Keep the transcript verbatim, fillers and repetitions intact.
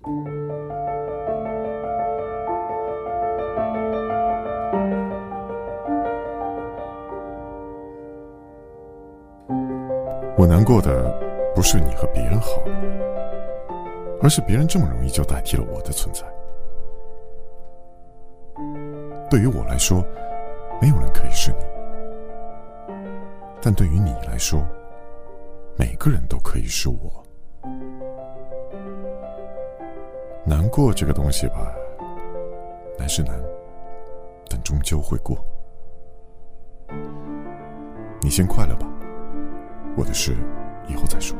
我难过的不是你和别人好，而是别人这么容易就代替了我的存在。对于我来说，没有人可以是你，但对于你来说，每个人都可以是我。难过这个东西吧，难是难，但终究会过。你先快乐吧，我的事以后再说。